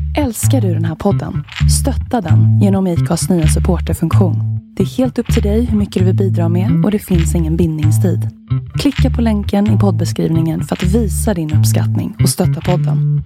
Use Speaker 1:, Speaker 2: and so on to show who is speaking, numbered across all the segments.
Speaker 1: Älskar du den här podden? Stötta den genom IKAs nya supporterfunktion. Det är helt upp till dig hur mycket du vill bidra med och det finns ingen bindningstid. Klicka på länken i poddbeskrivningen för att visa din uppskattning och stötta podden.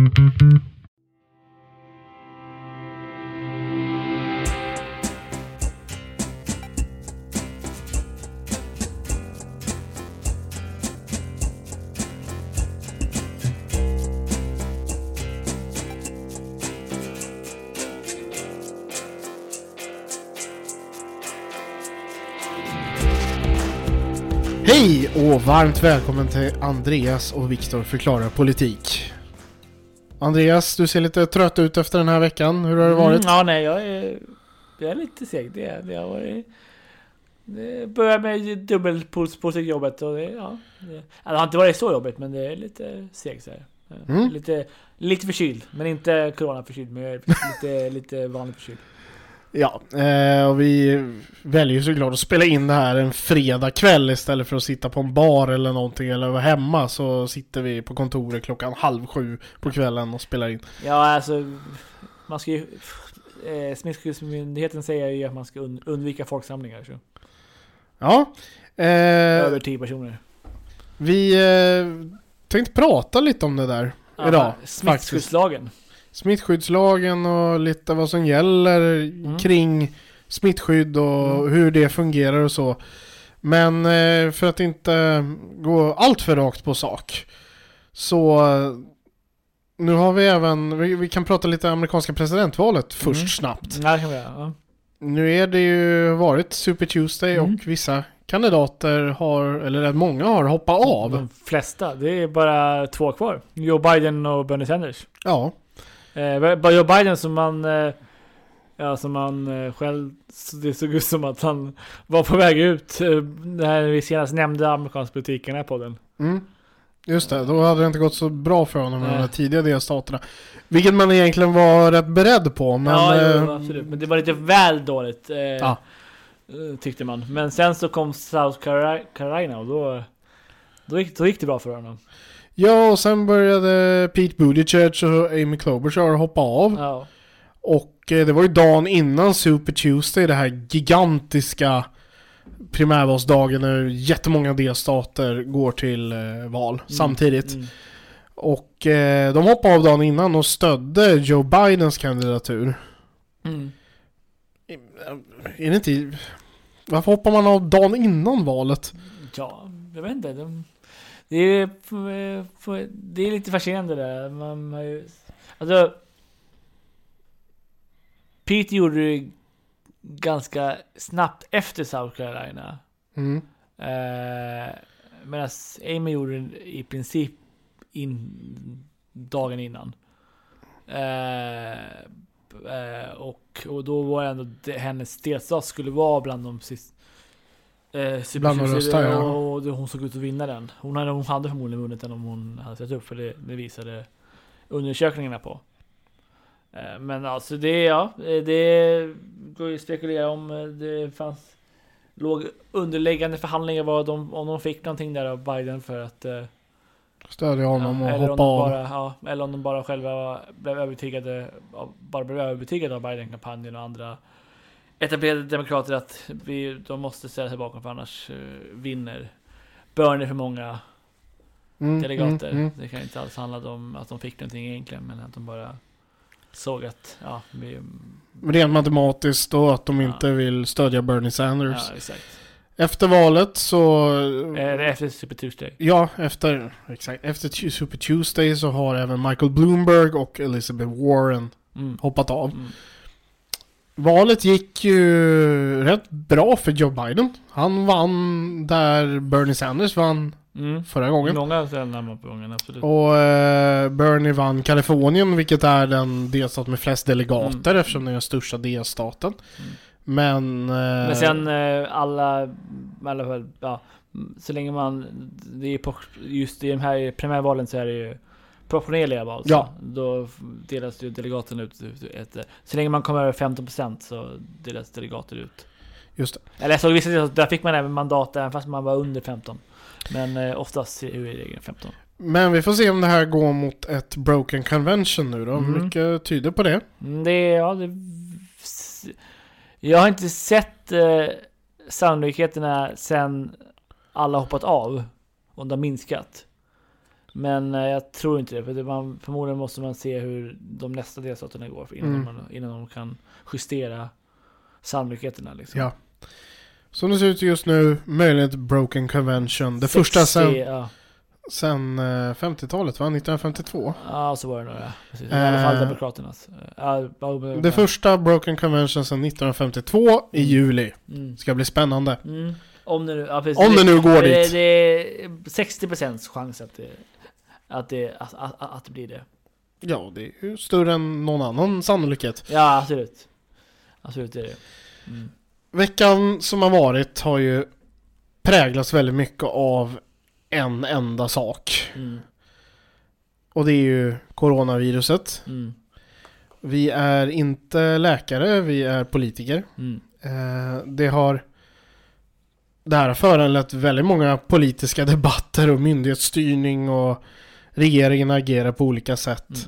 Speaker 2: Hej och varmt välkommen till Andreas och Viktor förklarar politik. Andreas, du ser lite trött ut efter den här veckan. Hur har det varit?
Speaker 3: Ja, nej, jag är lite seg. Det har varit... Det börjar med dubbelpuls på sig jobbet och det har inte varit så jobbigt, men det är lite seg så här. Lite förkyld, men inte coronaförkyld, men jag är lite vanlig förkyld.
Speaker 2: Ja, och vi väljer ju såklart att spela in det här en fredag kväll istället för att sitta på en bar eller någonting eller vara hemma, så sitter vi på kontoret 6:30 på kvällen och spelar in.
Speaker 3: Ja, alltså man ska ju smittskyddsmyndigheten säger ju att man ska undvika folksamlingar så.
Speaker 2: Ja.
Speaker 3: Över 10 personer.
Speaker 2: Vi tänkte prata lite om det där idag.
Speaker 3: Smittskyddslagen.
Speaker 2: Smittskyddslagen och lite vad som gäller kring smittskydd och hur det fungerar och så. Men för att inte gå allt för rakt på sak, så nu har vi även, vi kan prata lite amerikanska presidentvalet först snabbt.
Speaker 3: Ja, det kan vi göra. Ja.
Speaker 2: Nu är det ju varit Super Tuesday och vissa kandidater har, eller rätt många har hoppat av.
Speaker 3: De flesta, det är bara 2 kvar. Joe Biden och Bernie Sanders.
Speaker 2: Ja.
Speaker 3: Joe Biden som man själv, det såg ut som att han var på väg ut när vi senast nämnde amerikansk politik i den här podden.
Speaker 2: Just det, då hade det inte gått så bra för honom med de här tidiga delstaterna. Vilket man egentligen var rätt beredd på. Men,
Speaker 3: absolut. Men det var lite väl dåligt, tyckte man. Men sen så kom South Carolina och då gick det bra för honom.
Speaker 2: Ja, och sen började Pete Buttigieg och Amy Klobuchar hoppa av.
Speaker 3: Ja.
Speaker 2: Och det var ju dagen innan Super Tuesday, det här gigantiska primärvalsdagen när jättemånga delstater går till val samtidigt. Och de hoppade av dagen innan och stödde Joe Bidens kandidatur. Är det inte... Varför hoppar man av dagen innan valet?
Speaker 3: Ja, jag vet inte. Det är lite fascinerande där. Man har ju, alltså, Pete gjorde det ganska snabbt efter South Carolina. Medan Amy gjorde det i princip dagen innan. Och då var ändå hennes delstat skulle vara bland de sista.
Speaker 2: Bland de röstar, ja.
Speaker 3: Och hon såg ut att vinna den. Hon hade förmodligen vunnit den om hon hade sett upp, för det visade undersökningarna på. Men alltså det går ju att spekulera om det låg underliggande förhandlingar om de fick någonting där av Biden för att
Speaker 2: stödja honom och hoppa av.
Speaker 3: Eller om de bara själva blev övertygade av Biden-kampanjen och andra etablerade demokrater att de måste ställa sig bakom, för annars vinner Bernie för många delegater. Det kan inte alls handla om att de fick någonting egentligen, men att de bara såg att
Speaker 2: rent matematiskt och att de inte vill stödja Bernie Sanders.
Speaker 3: Ja, exakt.
Speaker 2: Efter valet så...
Speaker 3: Efter Super Tuesday.
Speaker 2: Ja, efter Super Tuesday så har även Michael Bloomberg och Elizabeth Warren hoppat av. Valet gick ju rätt bra för Joe Biden. Han vann där Bernie Sanders vann förra gången.
Speaker 3: Många ställen på gången, absolut.
Speaker 2: Och Bernie vann Kalifornien, vilket är den delstat med flest delegater eftersom det är den största delstaten. Men
Speaker 3: sen alla så länge man det är just i de här primärvalen så är det ju proportionerliga val.
Speaker 2: Ja.
Speaker 3: Då delas ju delegaterna ut så länge man kommer över 15% så delas delegater ut.
Speaker 2: Just det.
Speaker 3: Eller så där fick man även mandat även fast man var under 15. Men oftast är det 15.
Speaker 2: Men vi får se om det här går mot ett broken convention nu då. Mycket tyder på det.
Speaker 3: Jag har inte sett sannolikheterna sen alla hoppat av och det har minskat. Men jag tror inte det. För förmodligen måste man se hur de nästa delstaterna går innan de kan justera sannolikheterna. Liksom.
Speaker 2: Ja. Som det ser ut just nu, möjligen ett broken convention. Det 60, första sen 50-talet, va? 1952.
Speaker 3: Ja, så var det nog. Ja. Precis. I alla fall demokraternas.
Speaker 2: Det första broken convention sen 1952 i juli. Ska bli spännande.
Speaker 3: Om det
Speaker 2: nu går dit.
Speaker 3: Det är 60% chans att det blir det.
Speaker 2: Ja, det är ju större än någon annan sannolikhet.
Speaker 3: Ja, absolut. Absolut är det.
Speaker 2: Veckan som har varit har ju präglats väldigt mycket av en enda sak. Och det är ju coronaviruset. Vi är inte läkare, vi är politiker. Det här har föranlett väldigt många politiska debatter och myndighetsstyrning och regeringen agerar på olika sätt.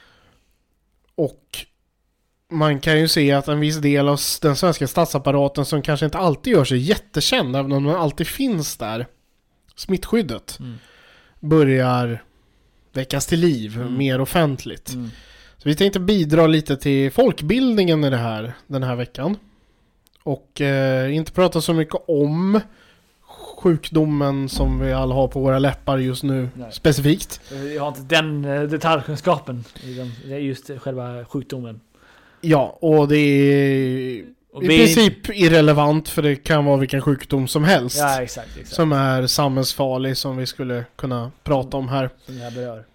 Speaker 2: Och man kan ju se att en viss del av den svenska statsapparaten som kanske inte alltid gör sig jättekänd, även om den alltid finns där, smittskyddet, börjar väckas till liv mer offentligt. Så vi tänkte bidra lite till folkbildningen i den här veckan. Och inte prata så mycket om sjukdomen som vi alla har på våra läppar just nu. Nej. Specifikt.
Speaker 3: Jag har inte den detaljkunskapen i just själva sjukdomen.
Speaker 2: Ja, och det är princip irrelevant, för det kan vara vilken sjukdom som helst.
Speaker 3: Ja, exakt.
Speaker 2: Som är samhällsfarlig, som vi skulle kunna prata om här.
Speaker 3: Som jag berör.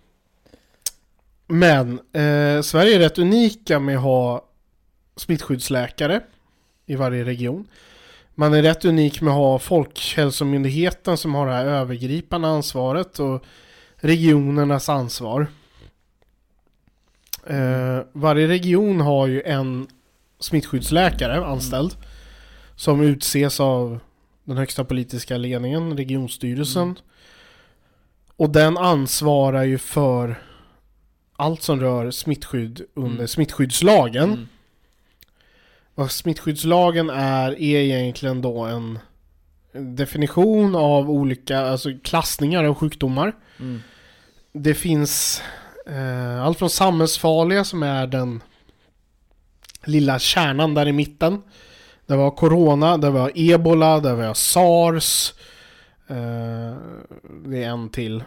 Speaker 2: Men Sverige är rätt unika med att ha smittskyddsläkare i varje region. Man är rätt unik med att ha Folkhälsomyndigheten som har det här övergripande ansvaret och regionernas ansvar. Varje region har ju en smittskyddsläkare anställd som utses av den högsta politiska ledningen, regionstyrelsen. Och den ansvarar ju för allt som rör smittskydd under smittskyddslagen. Vad smittskyddslagen är egentligen då en definition av olika klassningar av sjukdomar. Det finns allt från samhällsfarliga, som är den lilla kärnan där i mitten. Det var corona, det var ebola, det var SARS. Det är en till.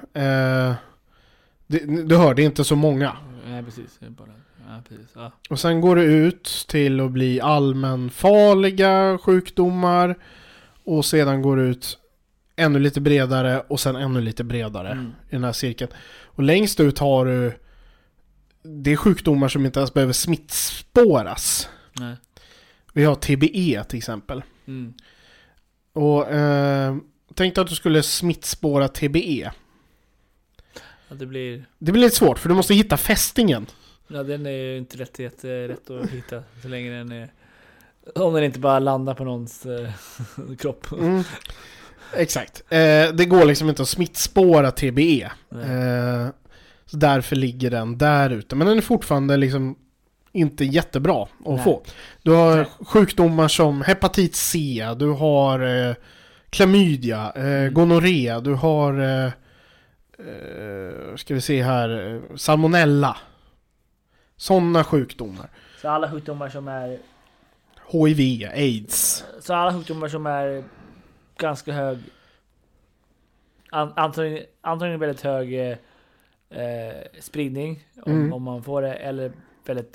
Speaker 2: Du hörde inte så många.
Speaker 3: Nej, precis. Precis. Ja.
Speaker 2: Och sen går det ut till att bli allmänfarliga sjukdomar. Och sedan går det ut ännu lite bredare och sen ännu lite bredare i den här cirkeln. Och längst ut har du det är sjukdomar som inte ens behöver smittspåras.
Speaker 3: Nej.
Speaker 2: Vi har TBE till exempel. Och tänkte att du skulle smittspåra TBE.
Speaker 3: Ja, det blir
Speaker 2: lite svårt, för du måste hitta fästingen.
Speaker 3: Ja, den är ju inte rätt att hitta så länge den är, om den inte bara landar på någons kropp.
Speaker 2: Exakt. Det går liksom inte att smittspåra TBE. Så därför ligger den där ute. Men den är fortfarande liksom inte jättebra att få. Du har sjukdomar som hepatit C, du har klamydia, gonorré, du har ska vi se här, salmonella. Sådana sjukdomar.
Speaker 3: Så alla sjukdomar som är
Speaker 2: HIV, AIDS.
Speaker 3: Så alla sjukdomar som är ganska hög, antagligen väldigt hög spridning om man får det, eller väldigt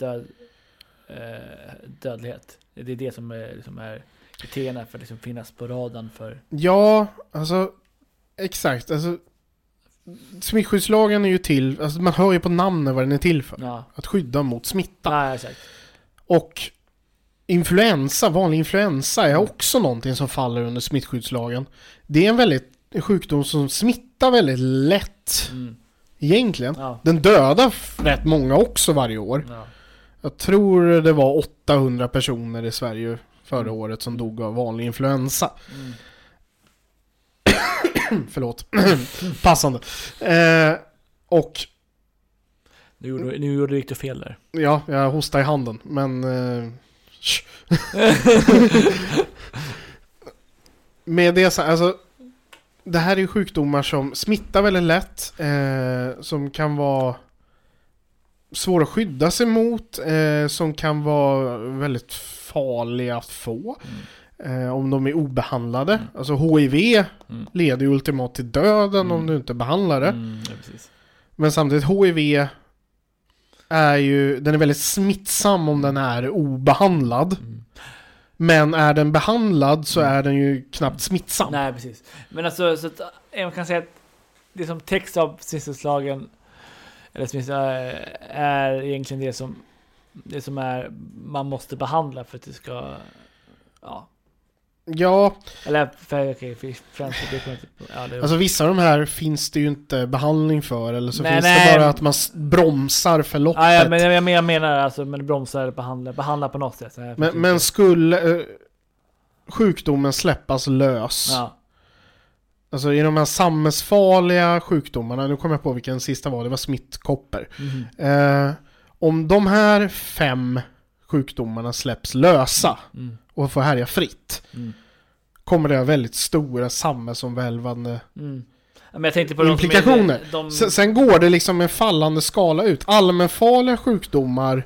Speaker 3: dödlighet. Det är det som är kriterierna för att liksom finnas på radarn för.
Speaker 2: Ja, alltså exakt. Alltså smittskyddslagen är ju till, alltså man hör ju på namnet vad den är till för.
Speaker 3: Ja.
Speaker 2: Att skydda mot smitta.
Speaker 3: Ja, exakt.
Speaker 2: Och vanlig influensa är också någonting som faller under smittskyddslagen. Det är en sjukdom som smittar väldigt lätt. Egentligen. Ja. Den dödar rätt många också varje år. Ja. Jag tror det var 800 personer i Sverige förra året som dog av vanlig influensa. Förlåt. Passande. Och
Speaker 3: Nu gjorde du riktigt fel där.
Speaker 2: ja, jag hostar i handen, men med det så alltså, det här är ju sjukdomar som smittar väldigt lätt, som kan vara svåra att skydda sig mot, som kan vara väldigt farliga att få om de är obehandlade. Alltså HIV leder ju ultimat till döden om du inte behandlar det.
Speaker 3: Ja, precis.
Speaker 2: Men samtidigt HIV den är väldigt smittsam om den är obehandlad. Men är den behandlad så är den ju knappt smittsam.
Speaker 3: Nej, precis. Men alltså, så att man kan säga att det som täcks av smittskyddslagen är egentligen det som är man måste behandla för att det ska eller
Speaker 2: alltså vissa av de här finns det ju inte behandling för, eller så finns det bara att man bromsar förloppet.
Speaker 3: Ja, men jag menar alltså, men bromsar eller behandla på något sätt.
Speaker 2: Men skulle sjukdomen släppas lös, alltså i de här samhällsfarliga sjukdomarna, nu kommer jag på vilken sista var, det var smittkopper. Om de här 5 sjukdomarna släpps lösa och får härja fritt, kommer det ha väldigt stora samhällsomvälvande
Speaker 3: men jag tänkte på
Speaker 2: implikationer. Sen går det liksom en fallande skala ut. Allmänfarliga sjukdomar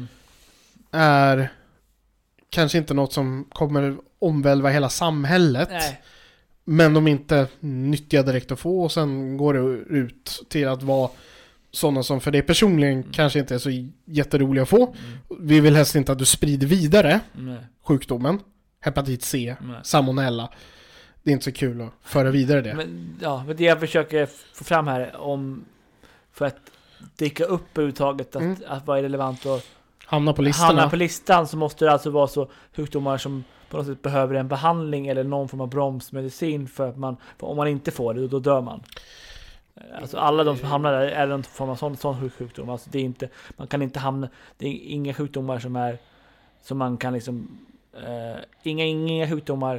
Speaker 2: är kanske inte något som kommer omvälva hela samhället.
Speaker 3: Nej.
Speaker 2: Men de är inte nyttiga direkt att få, och sen går det ut till att vara sådana som för dig personligen kanske inte är så jätteroliga att få. Vi vill helst inte att du sprider vidare sjukdomen. Hepatit C, salmonella. Det är inte så kul att föra vidare det.
Speaker 3: Men det jag försöker få fram här för att dyka upp överhuvudtaget att vara relevant och
Speaker 2: hamna på
Speaker 3: listan, så måste det alltså vara så sjukdomar som på något sätt behöver en behandling eller någon form av bromsmedicin, för om man inte får det, då dör man. Alltså alla de som hamnar där är en form av sån sjukdom. Alltså det är inte, man kan inte hamna, det är inga sjukdomar som man kan liksom inga sjukdomar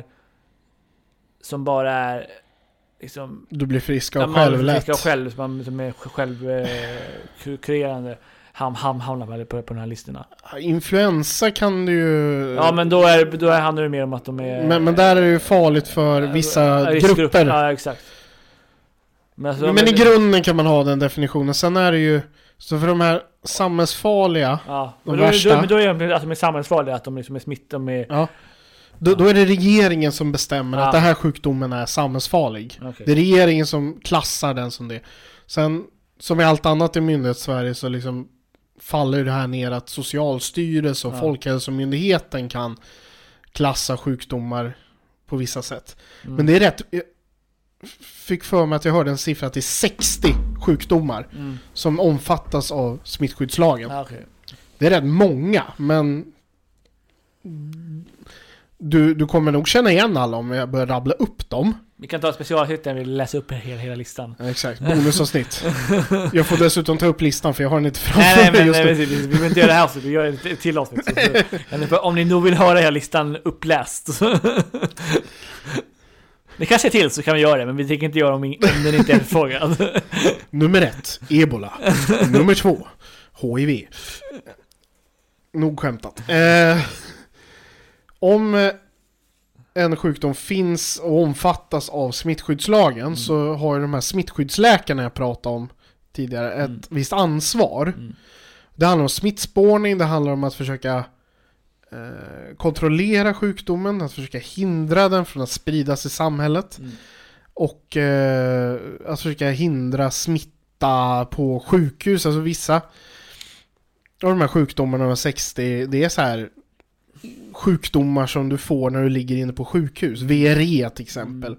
Speaker 3: som bara är liksom,
Speaker 2: du blir frisk av själv lätt.
Speaker 3: Som är självkurerande hamnar på de här listorna.
Speaker 2: Influensa kan du ju...
Speaker 3: Ja, men då handlar det mer om att de är...
Speaker 2: Men där är det ju farligt för vissa grupper.
Speaker 3: Ja, exakt. Men
Speaker 2: i grunden kan man ha den definitionen. Sen är det ju... Så för de här samhällsfarliga, de värsta...
Speaker 3: Men då är de, att de är samhällsfarliga, att de liksom är smittade med...
Speaker 2: Ja. Då är det regeringen som bestämmer att den här sjukdomen är samhällsfarlig.
Speaker 3: Okay.
Speaker 2: Det är regeringen som klassar den som det. Sen, som i allt annat i myndighetssverige, så liksom faller det här ner att Socialstyrelsen och Folkhälsomyndigheten kan klassa sjukdomar på vissa sätt. Men det är rätt... Jag fick för mig att jag hörde en siffra att det är 60 sjukdomar som omfattas av smittskyddslagen.
Speaker 3: Okay.
Speaker 2: Det är rätt många, men du kommer nog känna igen alla om jag börjar rabbla upp dem.
Speaker 3: Vi kan ta ett specialavsnitt där vi läser upp hela listan.
Speaker 2: Ja, exakt, bonusavsnitt. Jag får dessutom ta upp listan, för jag har den inte framför mig just nu.
Speaker 3: Vi vill inte göra det här, så vi gör ett till avsnitt. Om ni nog vill höra hela listan uppläst. Det kanske är till, så kan vi göra det, men vi tänker inte göra om den inte är frågad.
Speaker 2: Nummer 1, Ebola. Nummer 2, HIV. Nog skämtat. Om en sjukdom finns och omfattas av smittskyddslagen, så har ju de här smittskyddsläkarna jag pratade om tidigare ett visst ansvar. Det handlar om smittspårning, det handlar om att försöka kontrollera sjukdomen, att försöka hindra den från att spridas i samhället, och att försöka hindra smitta på sjukhus. Alltså vissa av de här sjukdomarna, de 60, det är så här sjukdomar som du får när du ligger inne på sjukhus. VRE till exempel.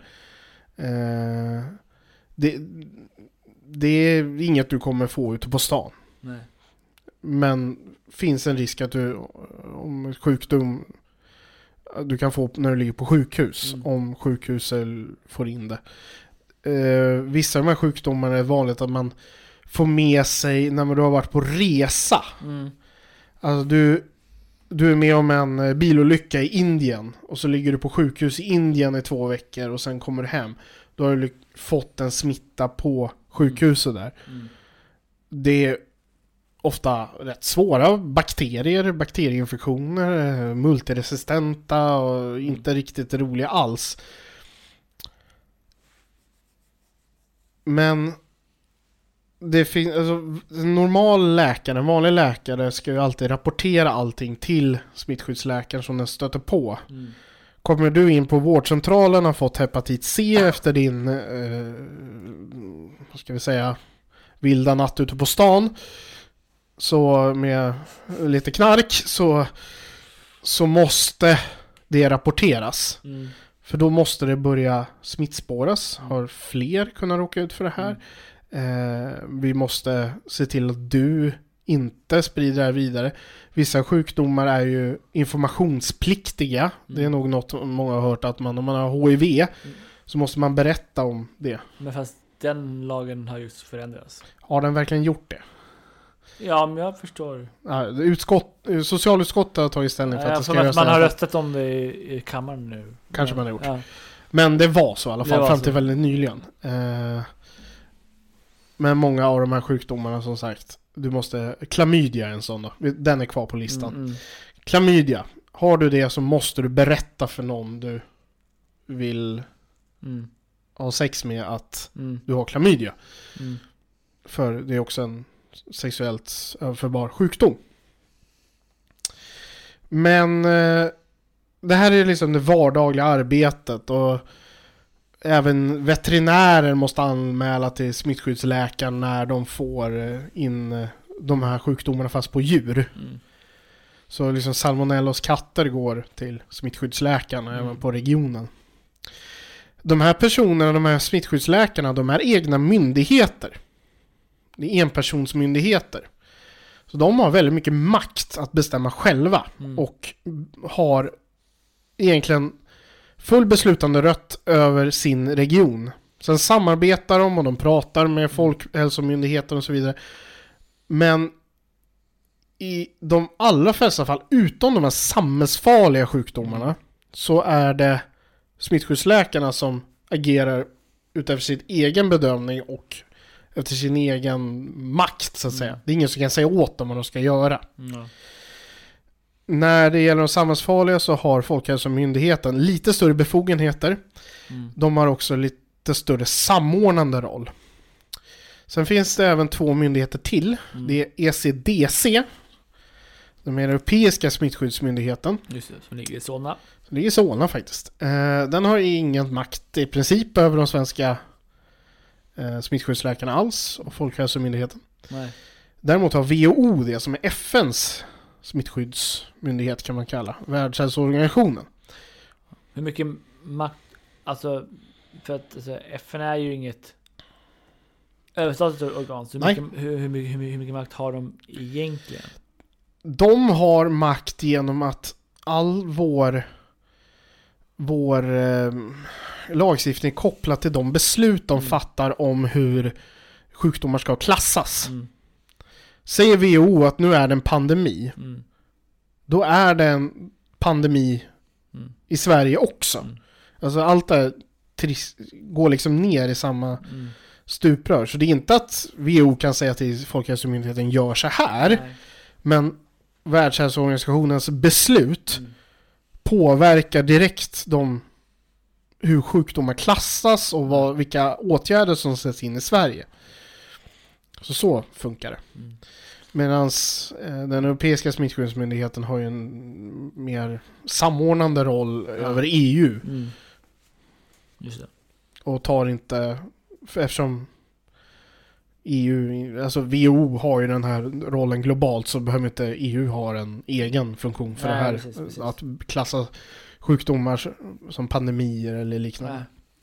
Speaker 2: Det är inget du kommer få ute på stan.
Speaker 3: Nej.
Speaker 2: Men finns en risk att du, om sjukdom du kan få när du ligger på sjukhus, om sjukhuset får in det. Vissa av de här sjukdomarna är vanligt att man får med sig när du har varit på resa. Alltså du är med om en bilolycka i Indien, och så ligger du på sjukhus i Indien i 2 veckor, och sen kommer du hem. Då har du fått en smitta på sjukhuset där. det är ofta rätt svåra bakterieinfektioner, multiresistenta och inte riktigt roliga alls. Men det finns, alltså, en vanlig läkare ska ju alltid rapportera allting till smittskyddsläkaren som den stöter på. Kommer du in på vårdcentralen och har fått hepatit C efter din vad ska vi säga, vilda natt ute på stan, så med lite knark, så måste det rapporteras. För då måste det börja smittspåras. Har fler kunnat råka ut för det här? Vi måste se till att du inte sprider det här vidare. Vissa sjukdomar är ju informationspliktiga. Det är nog något många har hört, att om man har HIV så måste man berätta om det.
Speaker 3: Men fast den lagen har just förändrats.
Speaker 2: Har den verkligen gjort det?
Speaker 3: Ja, men jag förstår.
Speaker 2: Socialutskottet har tagit ställning för att det ska göras.
Speaker 3: Man har röstat om det i kammaren nu.
Speaker 2: Kanske man har gjort.
Speaker 3: Ja.
Speaker 2: Men det var så i alla fall, fram till
Speaker 3: så.
Speaker 2: väldigt nyligen. Men många av de här sjukdomarna, som sagt, klamydia är en sån då. Den är kvar på listan. Klamydia. Har du det så måste du berätta för någon du vill ha sex med att du har klamydia. För det är också en sexuellt överförbar sjukdom. Men det här är liksom det vardagliga arbetet, och även veterinärer måste anmäla till smittskyddsläkaren när de får in de här sjukdomarna fast på djur. Så liksom salmonella hos katter går till smittskyddsläkaren även på regionen. De här personerna, de här smittskyddsläkarna, de är egna myndigheter. Det är enpersonsmyndigheter. Så de har väldigt mycket makt att bestämma själva och har egentligen full beslutande rätt över sin region. Sen samarbetar de och de pratar med folkhälsomyndigheter och så vidare. Men i de allra flesta fall, utom de här samhällsfarliga sjukdomarna, så är det smittskyddsläkarna som agerar utifrån sin egen bedömning och efter sin egen makt, så att säga. Det är ingen som kan säga åt dem vad de ska göra. När det gäller de samhällsfarliga så har Folkhälsomyndigheten lite större befogenheter. De har också lite större samordnande roll. Sen finns det även 2 myndigheter till. Det är ECDC, den europeiska smittskyddsmyndigheten.
Speaker 3: Just det, som ligger i Solna.
Speaker 2: Som ligger i Solna faktiskt. Den har ingen makt i princip över de svenska smittskyddsläkarna alls och Folkhälsomyndigheten.
Speaker 3: Nej.
Speaker 2: Däremot har WHO det, som är FNs smittskyddsmyndighet kan man kalla, Världshälsoorganisationen.
Speaker 3: Hur mycket makt, alltså, för att alltså, FN är ju inget överstatligt organ, så hur mycket makt har de egentligen?
Speaker 2: De har makt genom att all vår lagstiftning är kopplad till de beslut de fattar om hur sjukdomar ska klassas. Säger WHO att nu är det en pandemi, då är det en pandemi i Sverige också. Alltså allt det går liksom ner i samma stuprör. Så det är inte att WHO kan säga till Folkhälsomyndigheten gör så här.
Speaker 3: Nej.
Speaker 2: Men Världshälsoorganisationens beslut påverkar direkt hur sjukdomar klassas och vilka åtgärder som sätts in i Sverige. Så funkar det. Medan den europeiska smittskyddsmyndigheten har ju en mer samordnande roll över EU.
Speaker 3: Just det.
Speaker 2: Och tar inte, eftersom EU, alltså WHO har ju den här rollen globalt, så behöver inte EU ha en egen funktion för det här. Precis. Att klassa sjukdomar som pandemier eller liknande.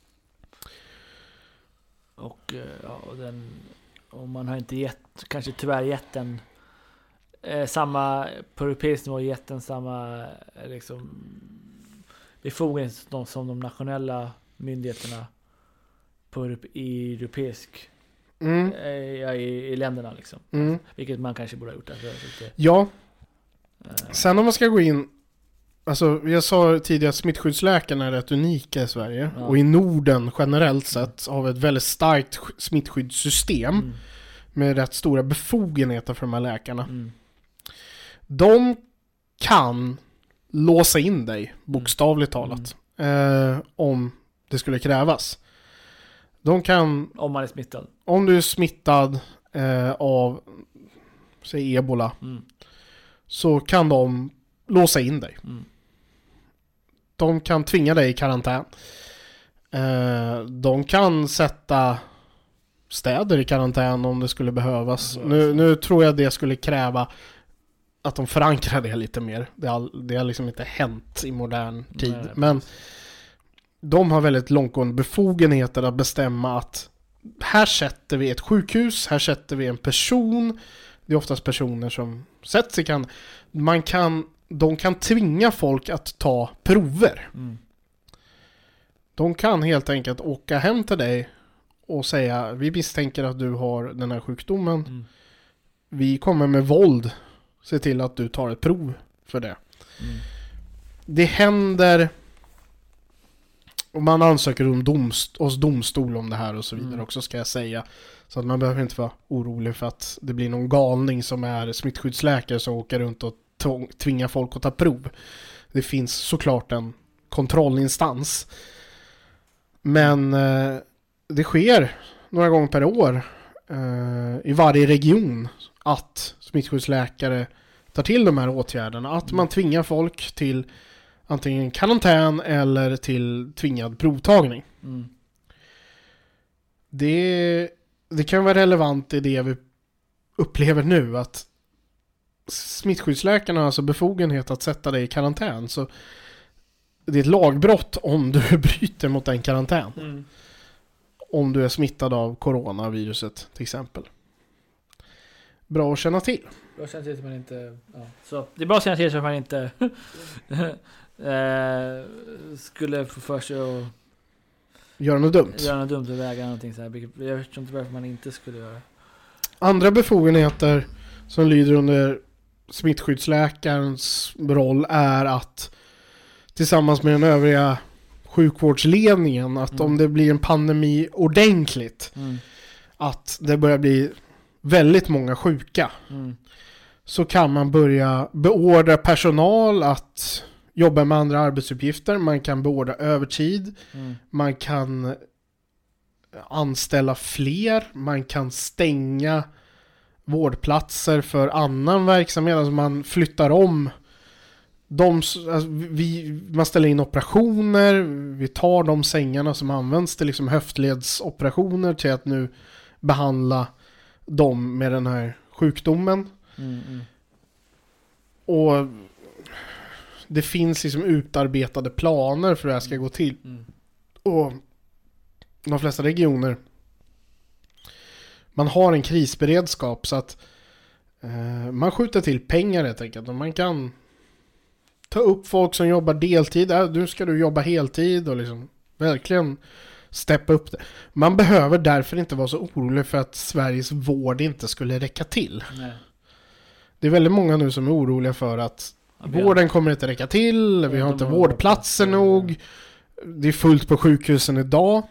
Speaker 3: Och och man har inte kanske tyvärr gett den samma, på europeisk nivå gett den samma liksom befogenhet som de nationella myndigheterna i europeisk i länderna liksom. Vilket man kanske borde ha gjort.
Speaker 2: Ja. Sen om man ska gå in, alltså jag sa tidigare att smittskyddsläkarna är rätt unika i Sverige. Och i Norden generellt sett har vi ett väldigt starkt smittskyddssystem. med rätt stora befogenheter för de här läkarna.
Speaker 3: Mm.
Speaker 2: De kan låsa in dig, bokstavligt talat, om det skulle krävas. De kan,
Speaker 3: Om man är smittad.
Speaker 2: om du är smittad av, säg ebola, så kan de låsa in dig.
Speaker 3: Mm.
Speaker 2: De kan tvinga dig i karantän. De kan sätta städer i karantän om det skulle behövas. Nu tror jag det skulle kräva att de förankrar det lite mer. Det har liksom inte hänt i modern tid.
Speaker 3: Nej,
Speaker 2: men de har väldigt långtgående befogenheter att bestämma att här sätter vi ett sjukhus, här sätter vi en person. Det är oftast personer som sätts i de kan tvinga folk att ta prover.
Speaker 3: Mm.
Speaker 2: De kan helt enkelt åka hem till dig och säga, vi misstänker att du har den här sjukdomen.
Speaker 3: Mm.
Speaker 2: Vi kommer med våld se till att du tar ett prov för det.
Speaker 3: Mm.
Speaker 2: Det händer, och man ansöker hos domstol om det här och så vidare också, ska jag säga. Så att man behöver inte vara orolig för att det blir någon galning som är smittskyddsläkare som åker runt och tvingar folk att ta prov. Det finns såklart en kontrollinstans. Men det sker några gånger per år i varje region att smittskyddsläkare tar till de här åtgärderna. Att man tvingar folk till antingen karantän eller till tvingad provtagning.
Speaker 3: Mm.
Speaker 2: Det kan vara relevant i det vi upplever nu, att smittskyddsläkarna har alltså befogenhet att sätta dig i karantän. Så det är ett lagbrott om du bryter mot en karantän.
Speaker 3: Mm.
Speaker 2: Om du är smittad av coronaviruset till exempel. Bra att känna till.
Speaker 3: Bra att känna till att man inte... Ja. Så det är bra att känna till så att man inte skulle få för sig att
Speaker 2: Göra något dumt.
Speaker 3: och väga någonting så här. Jag vet inte varför man inte skulle göra.
Speaker 2: Andra befogenheter som lyder under smittskyddsläkarens roll är att tillsammans med den övriga sjukvårdsledningen, att om det blir en pandemi ordentligt, att det börjar bli väldigt många sjuka, så kan man börja beordra personal att jobba med andra arbetsuppgifter. Man kan beordra övertid. Man kan anställa fler. Man kan stänga vårdplatser för annan verksamhet. Alltså man flyttar om. Man ställer in operationer. Vi tar de sängarna som används till liksom höftledsoperationer till att nu behandla dem med den här sjukdomen. Och det finns liksom utarbetade planer för hur det här ska gå till. Och de flesta regioner, man har en krisberedskap så att man skjuter till pengar helt enkelt. Och man kan ta upp folk som jobbar deltid. Nu ska du jobba heltid och liksom verkligen steppa upp det. Man behöver därför inte vara så orolig för att Sveriges vård inte skulle räcka till.
Speaker 3: Nej.
Speaker 2: Det är väldigt många nu som är oroliga för att vården kommer inte räcka till, vi har inte vårdplatser nog, det är fullt på sjukhusen idag.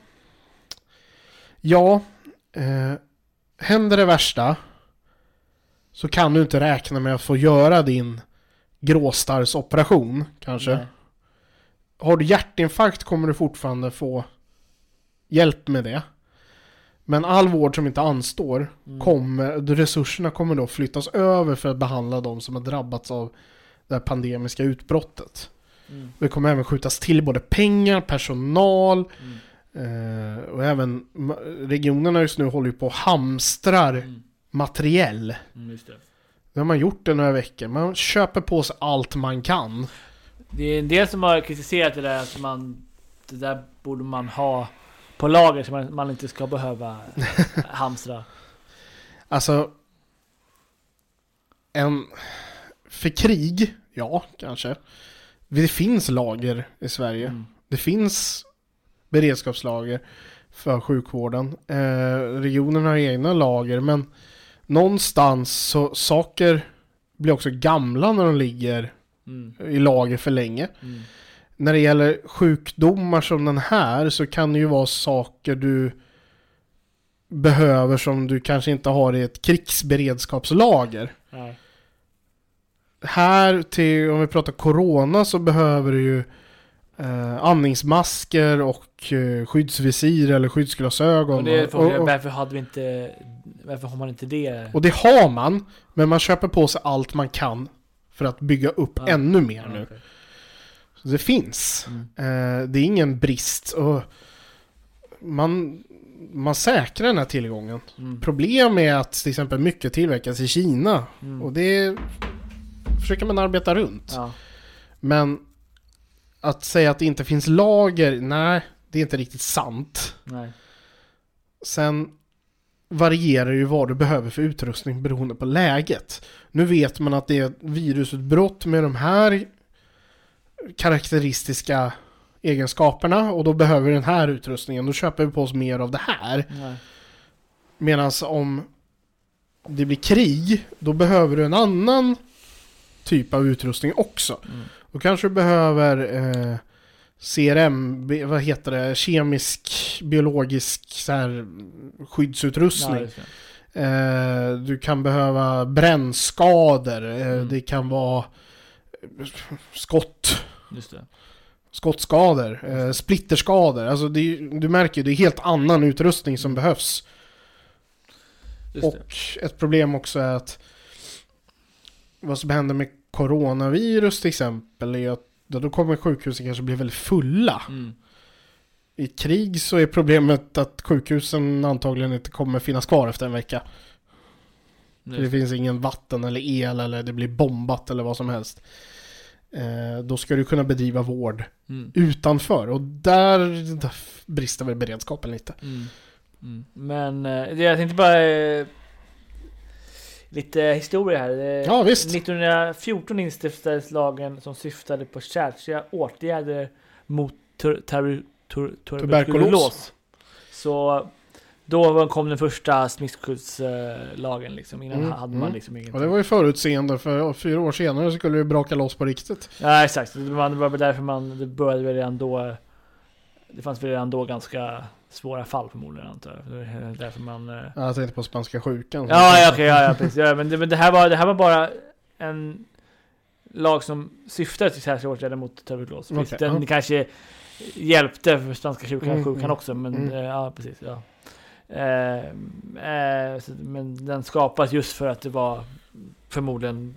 Speaker 2: Ja, händer det värsta så kan du inte räkna med att få göra din gråstarrsoperation kanske.
Speaker 3: Nej.
Speaker 2: Har du hjärtinfarkt kommer du fortfarande få hjälp med det. Men all vård som inte anstår resurserna kommer då flyttas över för att behandla de som har drabbats av det här pandemiska utbrottet. Det kommer även skjutas till både pengar, personal och även regionerna just nu håller ju på och hamstrar materiell.
Speaker 3: Just det.
Speaker 2: Det har man gjort i några veckor. Man köper på sig allt man kan.
Speaker 3: Det är en del som har kritiserat det där att det där borde man ha på lager så man inte ska behöva hamstra.
Speaker 2: Alltså för krig, ja kanske. Det finns lager i Sverige. Det finns beredskapslager för sjukvården. Regionen har egna lager, men någonstans så saker blir också gamla när de ligger i lager för länge. När det gäller sjukdomar som den här så kan det ju vara saker du behöver som du kanske inte har i ett krigsberedskapslager.
Speaker 3: Nej.
Speaker 2: Här, om vi pratar corona, så behöver du ju andningsmasker och skyddsvisir eller skyddsglasögon.
Speaker 3: Och det är frågan, varför har man inte det?
Speaker 2: Och det har man, men man köper på sig allt man kan för att bygga upp ännu mer nu.
Speaker 3: Okay.
Speaker 2: Så det finns. Det är ingen brist. Och man säkrar den här tillgången. Problem är att till exempel mycket tillverkas i Kina. Och det försöker man arbeta runt.
Speaker 3: Ja.
Speaker 2: Men att säga att det inte finns lager, nej, det är inte riktigt sant.
Speaker 3: Nej.
Speaker 2: Sen varierar ju vad du behöver för utrustning beroende på läget. Nu vet man att det är ett virusutbrott med de här karaktäristiska egenskaperna, och då behöver vi den här utrustningen. Då köper vi på oss mer av det här. Medan om det blir krig, då behöver du en annan typ av utrustning också. Då kanske du behöver CRM, vad heter det, kemisk, biologisk så här, skyddsutrustning. Du kan behöva brännskador. Det kan vara skottskador, splitterskador. Alltså du märker, det är helt annan utrustning som behövs. Och ett problem också är att vad som händer med coronavirus till exempel är att då kommer sjukhusen kanske bli väldigt fulla. I krig så är problemet att sjukhusen antagligen inte kommer finnas kvar efter en vecka. För det finns ingen vatten eller el, eller det blir bombat eller vad som helst. Då ska du kunna bedriva vård utanför. Och där brister väl beredskapen lite.
Speaker 3: Men jag tänkte bara lite historia här.
Speaker 2: Ja, visst.
Speaker 3: 1914 instiftades lagen som syftade på särskilda åtgärder mot tuberkulos. Så då kom den första smittskyddslagen liksom. Innan hade man liksom ingenting.
Speaker 2: Och det var ju förutseende, för 4 år senare så skulle det braka loss på riktigt.
Speaker 3: Ja, exakt. Det var därför det började väl redan då. Det fanns väl redan då ganska svåra fall förmodligen, antar jag. Det är därför man...
Speaker 2: Jag tänkte på spanska sjukan.
Speaker 3: Ja, precis. Ja, men det här var bara en lag som syftade till särskilda åtgärder mot tuberkulos. Okay, den kanske hjälpte för spanska sjukan också, men ja, precis. Ja. Men den skapas just för att det var förmodligen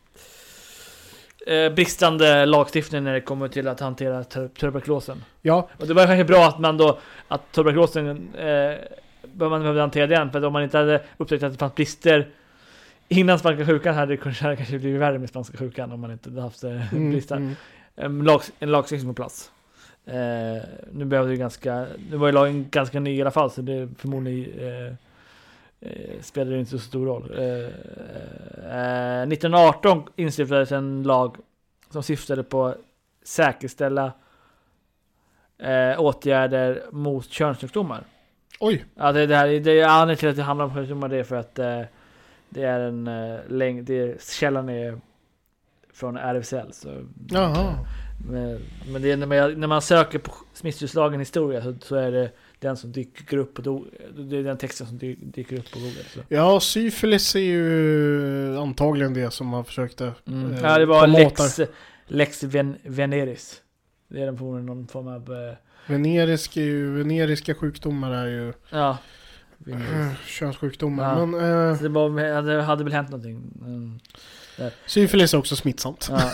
Speaker 3: bristande lagstiftning när det kommer till att hantera tuberkulosen. Ja. Och det var kanske bra att man då att tuberkulosen behövde hantera den, för att om man inte hade upptäckt att det fanns brister innan spanska sjukan hade det kanske blivit värre med spanska sjukan om man inte hade haft brister. En lagstiftning på plats. Nu var ju lagen ganska ny i alla fall, så det förmodligen spelade det inte så stor roll. 1918 instiftades en lag som syftade på att säkerställa åtgärder mot könssjukdomar.
Speaker 2: Oj!
Speaker 3: Ja, det är anledningen till att det handlar om sjukdomar, det är för att det är källan är från RFSL. Så,
Speaker 2: jaha.
Speaker 3: Men det är när man söker på smittskyddslagen historia så är det den som dyker upp, och det är den texten som dyker upp på Google. Så.
Speaker 2: Ja, syfilis är ju antagligen det som man försökte
Speaker 3: ja, det var Lex Veneris. Det är den på någon form av
Speaker 2: veneriska sjukdomar är ju könssjukdomar.
Speaker 3: Ja.
Speaker 2: Men
Speaker 3: så det hade väl hänt någonting.
Speaker 2: syfilis är också smittsamt.
Speaker 3: Ja,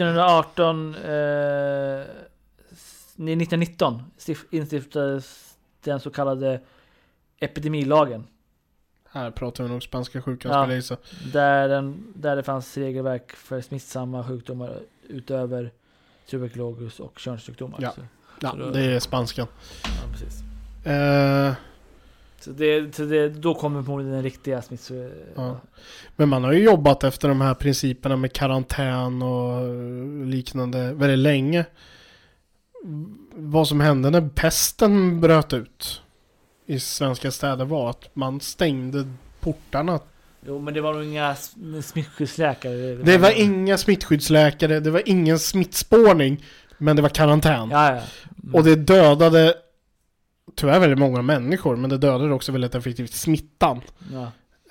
Speaker 3: 1919 instiftades den så kallade epidemilagen.
Speaker 2: Här pratar vi nog spanska sjukan,
Speaker 3: där det fanns regelverk för smittsamma sjukdomar utöver tuberkulos och könssjukdomar.
Speaker 2: Ja, det är spanskan.
Speaker 3: Ja, precis. Så då kommer på den riktiga
Speaker 2: ja. Men man har ju jobbat efter de här principerna med karantän och liknande väldigt länge. Vad som hände när pesten bröt ut i svenska städer var att man stängde portarna.
Speaker 3: Jo, men det var nog inga smittskyddsläkare.
Speaker 2: Det var inga smittskyddsläkare, det var ingen smittspårning, men det var karantän.
Speaker 3: Ja.
Speaker 2: Och det dödade tyvärr väldigt många människor, men det dödar också väldigt effektivt smittan.
Speaker 3: Ja.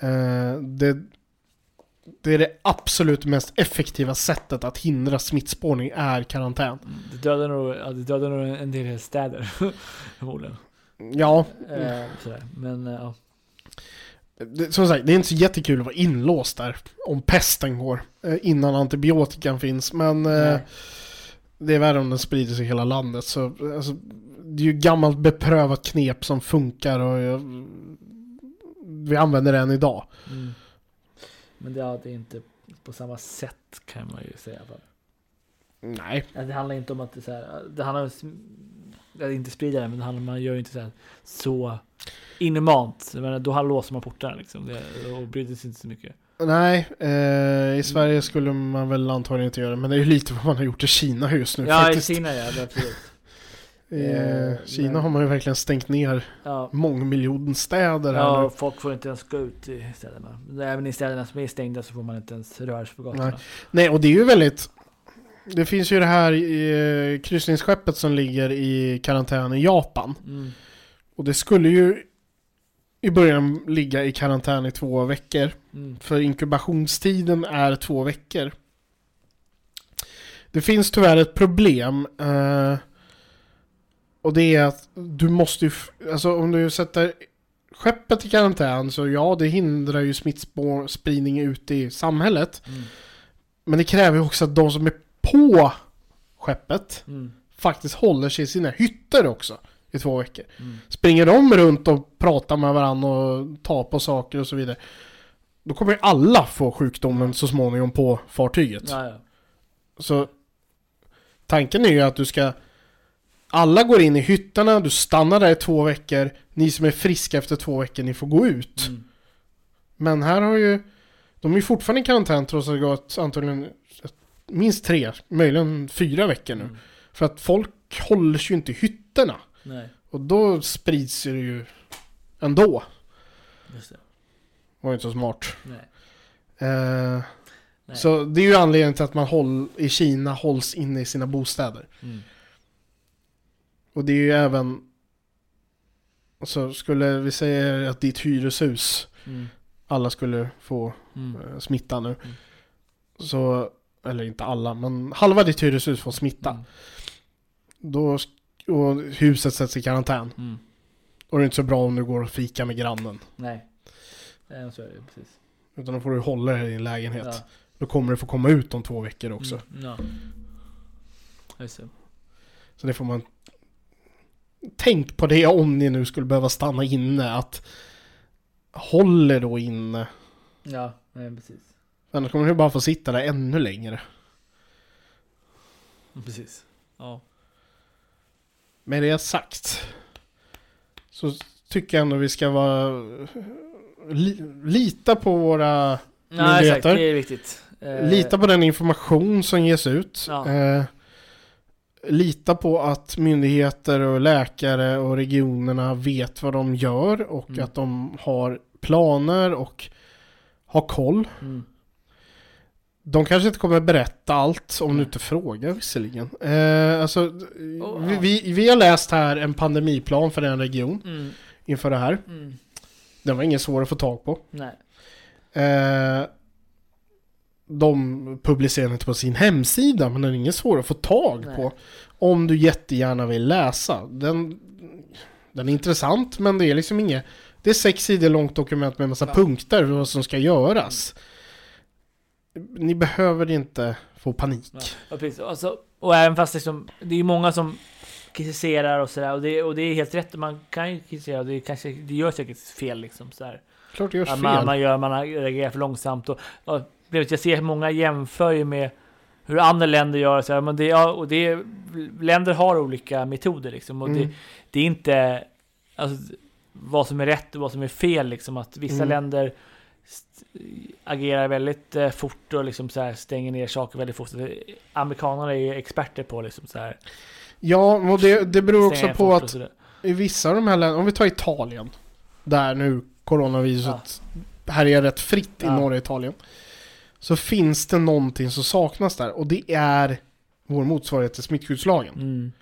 Speaker 2: Det är det absolut mest effektiva sättet att hindra smittspårning är karantän.
Speaker 3: Det dödar nog en del städer förmodligen.
Speaker 2: Ja.
Speaker 3: Sådär. Men ja.
Speaker 2: Som sagt, det är inte så jättekul att vara inlåst där om pesten går innan antibiotikan finns, men det är värre om den sprider sig i hela landet. Så alltså, det är ju gammalt beprövat knep som funkar och vi använder den idag.
Speaker 3: Men det är inte på samma sätt, kan man ju säga.
Speaker 2: Nej.
Speaker 3: Det handlar inte om att det handlar om att inte sprida det, men man gör ju inte så inhumant. Men då låser man portarna liksom, och bryr sig inte så mycket.
Speaker 2: Nej, i Sverige skulle man väl antagligen inte göra det, men det är ju lite vad man har gjort i Kina just nu.
Speaker 3: Ja,
Speaker 2: faktiskt.
Speaker 3: I Kina, ja, absolut.
Speaker 2: Kina har man ju verkligen stängt ner mångmiljonstäder här nu.
Speaker 3: Ja, folk får inte ens gå ut i städerna. Även i städerna som är stängda så får man inte ens röra sig på gatorna.
Speaker 2: Nej, och det är ju väldigt... Det finns ju det här kryssningsskeppet som ligger i karantän i Japan. Och det skulle ju i början ligga i karantän i 2 veckor. För inkubationstiden är 2 veckor. Det finns tyvärr ett problem. Och det är att du måste ju... Alltså om du sätter skeppet i karantän så ja, det hindrar ju smittspridning ut i samhället. Men det kräver ju också att de som är på skeppet faktiskt håller sig i sina hytter också i 2 veckor. Springer de runt och pratar med varandra och tar på saker och så vidare, då kommer ju alla få sjukdomen så småningom på fartyget.
Speaker 3: Ja.
Speaker 2: Så tanken är ju att alla går in i hytterna, du stannar där i 2 veckor, ni som är friska efter 2 veckor, ni får gå ut. Men här har ju de är ju fortfarande i karantän trots att det gått antagligen minst 3, möjligen 4 veckor nu. För att folk håller sig ju inte i hytterna.
Speaker 3: Nej.
Speaker 2: Och då sprids det ju ändå.
Speaker 3: Just det.
Speaker 2: Var inte så smart.
Speaker 3: Nej.
Speaker 2: Så det är ju anledningen till att man i Kina hålls inne i sina bostäder. Och det är ju även... Så skulle vi säga att ditt hyreshus alla skulle få smitta nu. Så, eller inte alla, men halva ditt hyreshus får smitta. Då, och huset sätts i karantän. Och det är inte så bra om du går och fika med grannen.
Speaker 3: Nej, så är det precis.
Speaker 2: Utan då får du hålla dig i din lägenhet.
Speaker 3: Ja.
Speaker 2: Då kommer du få komma ut om 2 veckor också.
Speaker 3: Ja. Just det.
Speaker 2: Så det får man... Tänk på det om ni nu skulle behöva stanna inne. Att håller då inne.
Speaker 3: Ja, precis.
Speaker 2: Annars kommer du bara få sitta där ännu längre.
Speaker 3: Precis. Ja.
Speaker 2: Med det sagt så tycker jag ändå vi ska vara lita på våra myndigheter.
Speaker 3: Exakt, det är viktigt.
Speaker 2: Lita på den information som ges ut.
Speaker 3: Ja.
Speaker 2: Lita på att myndigheter och läkare och regionerna vet vad de gör och att de har planer och har koll. De kanske inte kommer berätta allt om du inte frågar visserligen. Vi har läst här en pandemiplan för en region inför det här. Den var ingen svår att få tag på.
Speaker 3: Nej.
Speaker 2: De publicerar inte på sin hemsida, men den är ingen svår att få tag på om du jättegärna vill läsa. Den är intressant, men det är liksom inget... Det är 6 sidor långt dokument med en massa punkter vad som ska göras. Ni behöver inte få panik.
Speaker 3: Ja, precis. Alltså, och även fast liksom, det är många som kritiserar och sådär, och det är helt rätt, man kan ju kritisera, och det gör säkert fel liksom sådär.
Speaker 2: Klart det görs fel.
Speaker 3: Man reagerar för långsamt och jag ser många jämför med hur andra länder gör så här, men länder har olika metoder liksom, och det är inte alltså, vad som är rätt och vad som är fel liksom, att vissa länder agerar väldigt fort och liksom så här, stänger ner saker väldigt fort. Amerikanerna är ju experter på liksom så här.
Speaker 2: Ja, och det beror också på att i vissa av de här länderna, om vi tar Italien, där nu coronaviruset härjar rätt fritt i norra Italien, så finns det någonting som saknas där, och det är vår motsvarighet till smittskyddslagen.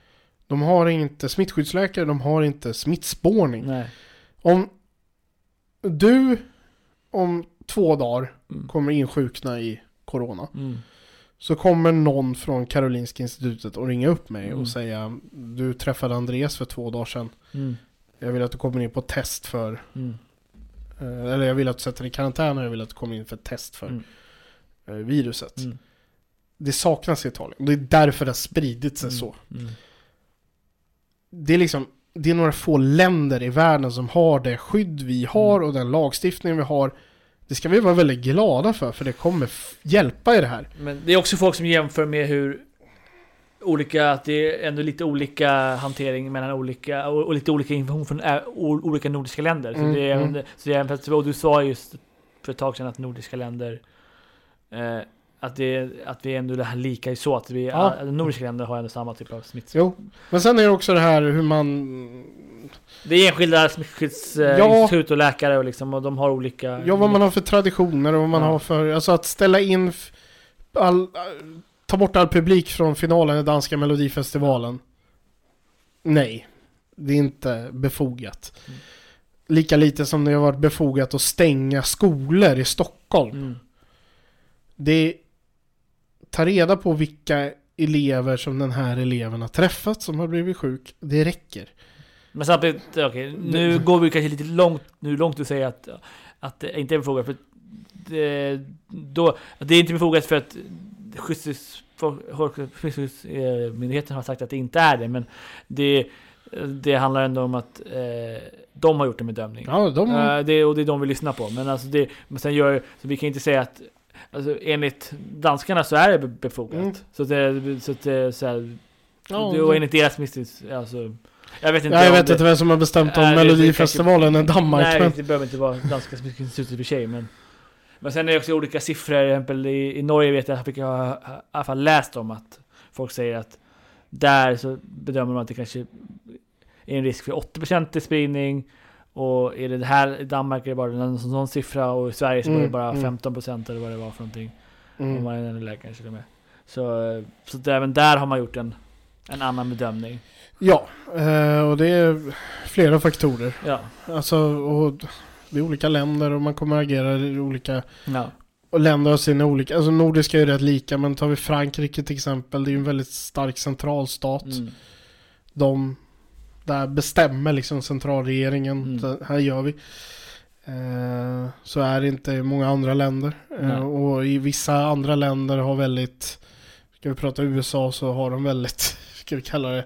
Speaker 2: De har inte smittskyddsläkare, de har inte smittspårning.
Speaker 3: Nej.
Speaker 2: Om du om 2 dagar kommer insjukna i corona, så kommer någon från Karolinska institutet att ringa upp mig och säga, du träffade Andreas för 2 dagar sedan. Jag vill att du kommer in på test för eller jag vill att du sätter dig i karantän och jag vill att du kommer in för test för viruset. Det saknas i Italien. Det är därför det har spridit sig så. Det är liksom, det är några få länder i världen som har det skydd vi har och den lagstiftning vi har. Det ska vi vara väldigt glada för det kommer hjälpa i det här.
Speaker 3: Men det är också folk som jämför med hur olika, att det är ändå lite olika hantering mellan olika, och lite olika information från olika nordiska länder. Så det är, och du sa just för ett tag sedan att nordiska länder att vi ändå det här lika är så att vi nordiska länder har ändå samma typ av smitt.
Speaker 2: Jo, men sen är det också det här hur man...
Speaker 3: Det är enskilda smittskyddsinstitut och läkare och liksom, och de har olika...
Speaker 2: Ja, vad man har för traditioner och vad man har för... Alltså att ställa in... ta bort all publik från finalen i danska Melodifestivalen. Nej, det är inte befogat. Lika lite som det har varit befogat att stänga skolor i Stockholm. Det tar reda på vilka elever som den här eleven har träffat som har blivit sjuk. Det räcker.
Speaker 3: Men samtidigt, nu går vi kanske lite långt att säga att det inte är befogat, för det är inte befogat för att skyddsmyndigheten har sagt att det inte är det, men det handlar ändå om att de har gjort en bedömning.
Speaker 2: Ja,
Speaker 3: och det är de vi lyssnar på. Men alltså men sen så vi kan inte säga att alltså, enligt danskarna så är det befogat. Så enligt deras misstys, alltså jag vet inte
Speaker 2: vem som har bestämt om Melodifestivalen i Danmark.
Speaker 3: Nej, det behöver inte vara danska institutet för sig, men sen är det också olika siffror. Till exempel i Norge vet jag att jag har i alla fall läst om att folk säger att där så bedömer man att det kanske är en risk för 80% i spridning, och är det här i Danmark är det bara en sån siffra, och i Sverige så var det bara 15% eller vad det var för någonting. Om man är en läkare till och med. Så även där har man gjort en annan bedömning.
Speaker 2: Ja, och det är flera faktorer.
Speaker 3: Ja.
Speaker 2: Alltså, och det är olika länder och man kommer agera i olika
Speaker 3: och
Speaker 2: länder har sina olika, alltså nordiska är ju rätt lika, men tar vi Frankrike till exempel, det är ju en väldigt stark centralstat. De där bestämmer liksom centralregeringen, här gör vi. Så är det inte i många andra länder. Och i vissa andra länder har väldigt, ska vi prata USA, så har de väldigt, ska vi kalla det,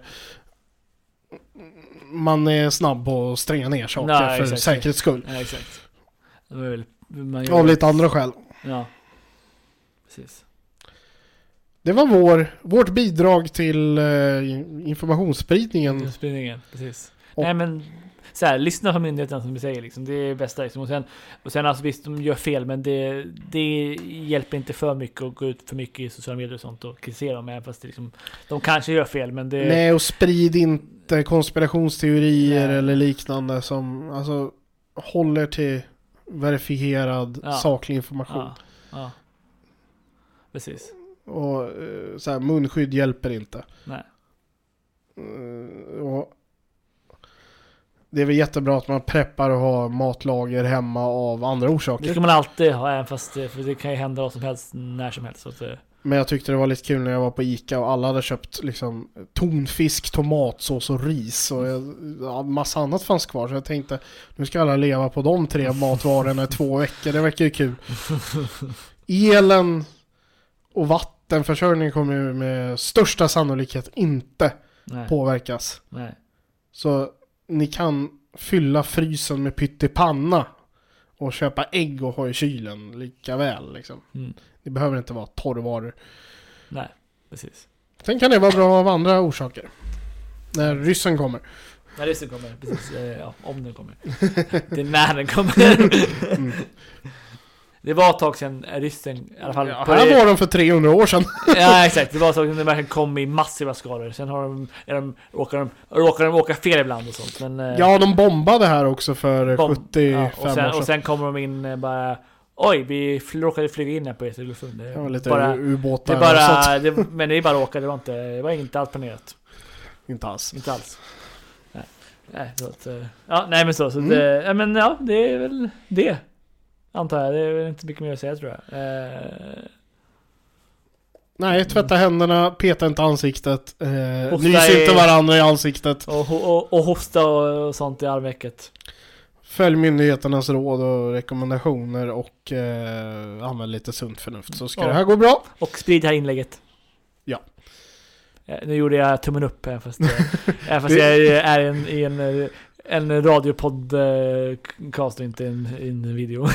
Speaker 2: man är snabb på att stränga ner saker för säkerhets skull.
Speaker 3: Ja, exakt.
Speaker 2: Av lite andra skäl.
Speaker 3: Ja, precis.
Speaker 2: Det var vårt bidrag till informationsspridningen.
Speaker 3: Precis. Nej, men så här, lyssna på myndigheten som vi säger liksom. Det är bästa liksom. Och sen alltså visst, de gör fel, men det hjälper inte för mycket att gå ut för mycket i sociala medier och sånt och kritisera dem, även fast det liksom, de kanske gör fel, men det...
Speaker 2: Nej, och sprid inte konspirationsteorier eller liknande som alltså håller till verifierad saklig information.
Speaker 3: Ja. Precis.
Speaker 2: Och så här, munskydd hjälper inte.
Speaker 3: Nej.
Speaker 2: Och det är väl jättebra att man preppar och har matlager hemma av andra orsaker.
Speaker 3: Det ska man alltid ha, även fast för det kan ju hända vad som helst, när som helst. Så att
Speaker 2: Men jag tyckte det var lite kul när jag var på Ica och alla hade köpt liksom tonfisk, tomatsås och ris och massa annat fanns kvar, så jag tänkte nu ska alla leva på de 3 matvarorna i 2 veckor, det verkar ju kul. Elen och vattenförsörjning kommer ju med största sannolikhet inte påverkas.
Speaker 3: Nej.
Speaker 2: Så ni kan fylla frysen med pyttipanna och köpa ägg och ha i kylen lika väl liksom. Det behöver inte vara torrvaror.
Speaker 3: Nej, precis.
Speaker 2: Sen kan det vara bra av andra orsaker. När ryssen kommer.
Speaker 3: När ryssen kommer, precis. Ja, om den kommer. Det är när den kommer. Det var ett tag sedan ryssen i alla fall.
Speaker 2: Ja, här var de för 300 år sedan.
Speaker 3: Ja, exakt. Det var så att de verkligen kom i massiva skalor. Sen råkar de åka fel ibland och sånt. Men,
Speaker 2: ja, de bombade här också för 75 år sedan.
Speaker 3: Och sen kommer de in bara... Oj, vi råkade flyga in här på Etelufund.
Speaker 2: Ja, lite
Speaker 3: bara,
Speaker 2: ubåtar.
Speaker 3: Men det är bara råkade, det var inte allt planerat.
Speaker 2: Inte alls.
Speaker 3: Inte alls. Nej, så att, ja, nej men så det, ja, men ja, det är väl det. Antar jag. Det är väl inte mycket mer att säga, tror jag.
Speaker 2: Nej, tvätta händerna, peta inte ansiktet, nys
Speaker 3: i-
Speaker 2: inte varandra i ansiktet.
Speaker 3: Och hosta och sånt i armvecket.
Speaker 2: Följ myndigheternas råd och rekommendationer och använd lite sunt förnuft, så ska det här gå bra.
Speaker 3: Och sprid det här inlägget.
Speaker 2: Ja.
Speaker 3: Nu gjorde jag tummen upp, även fast jag är i en radiopodcast och inte en video.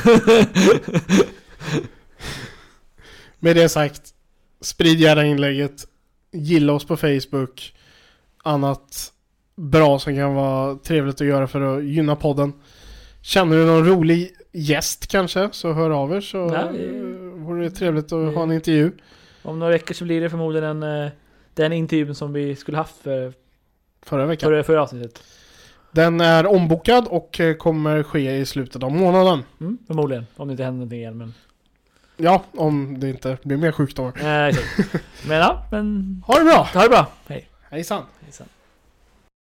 Speaker 2: Med det sagt, sprid gärna inlägget, gilla oss på Facebook, annat bra som kan vara trevligt att göra för att gynna podden. Känner du någon rolig gäst kanske, så hör av er, så vore det trevligt att ha en intervju.
Speaker 3: Om några veckor så blir det förmodligen den intervjun som vi skulle haft
Speaker 2: Förra veckan.
Speaker 3: förra avsnittet.
Speaker 2: Den är ombokad och kommer ske i slutet av månaden.
Speaker 3: Förmodligen, om det inte händer någonting igen. Men...
Speaker 2: Ja, om det inte blir mer sjukdomar.
Speaker 3: Men ja, men...
Speaker 2: Ha det bra!
Speaker 3: Ha det bra! Hej!
Speaker 2: Hejsan!
Speaker 3: Hejsan.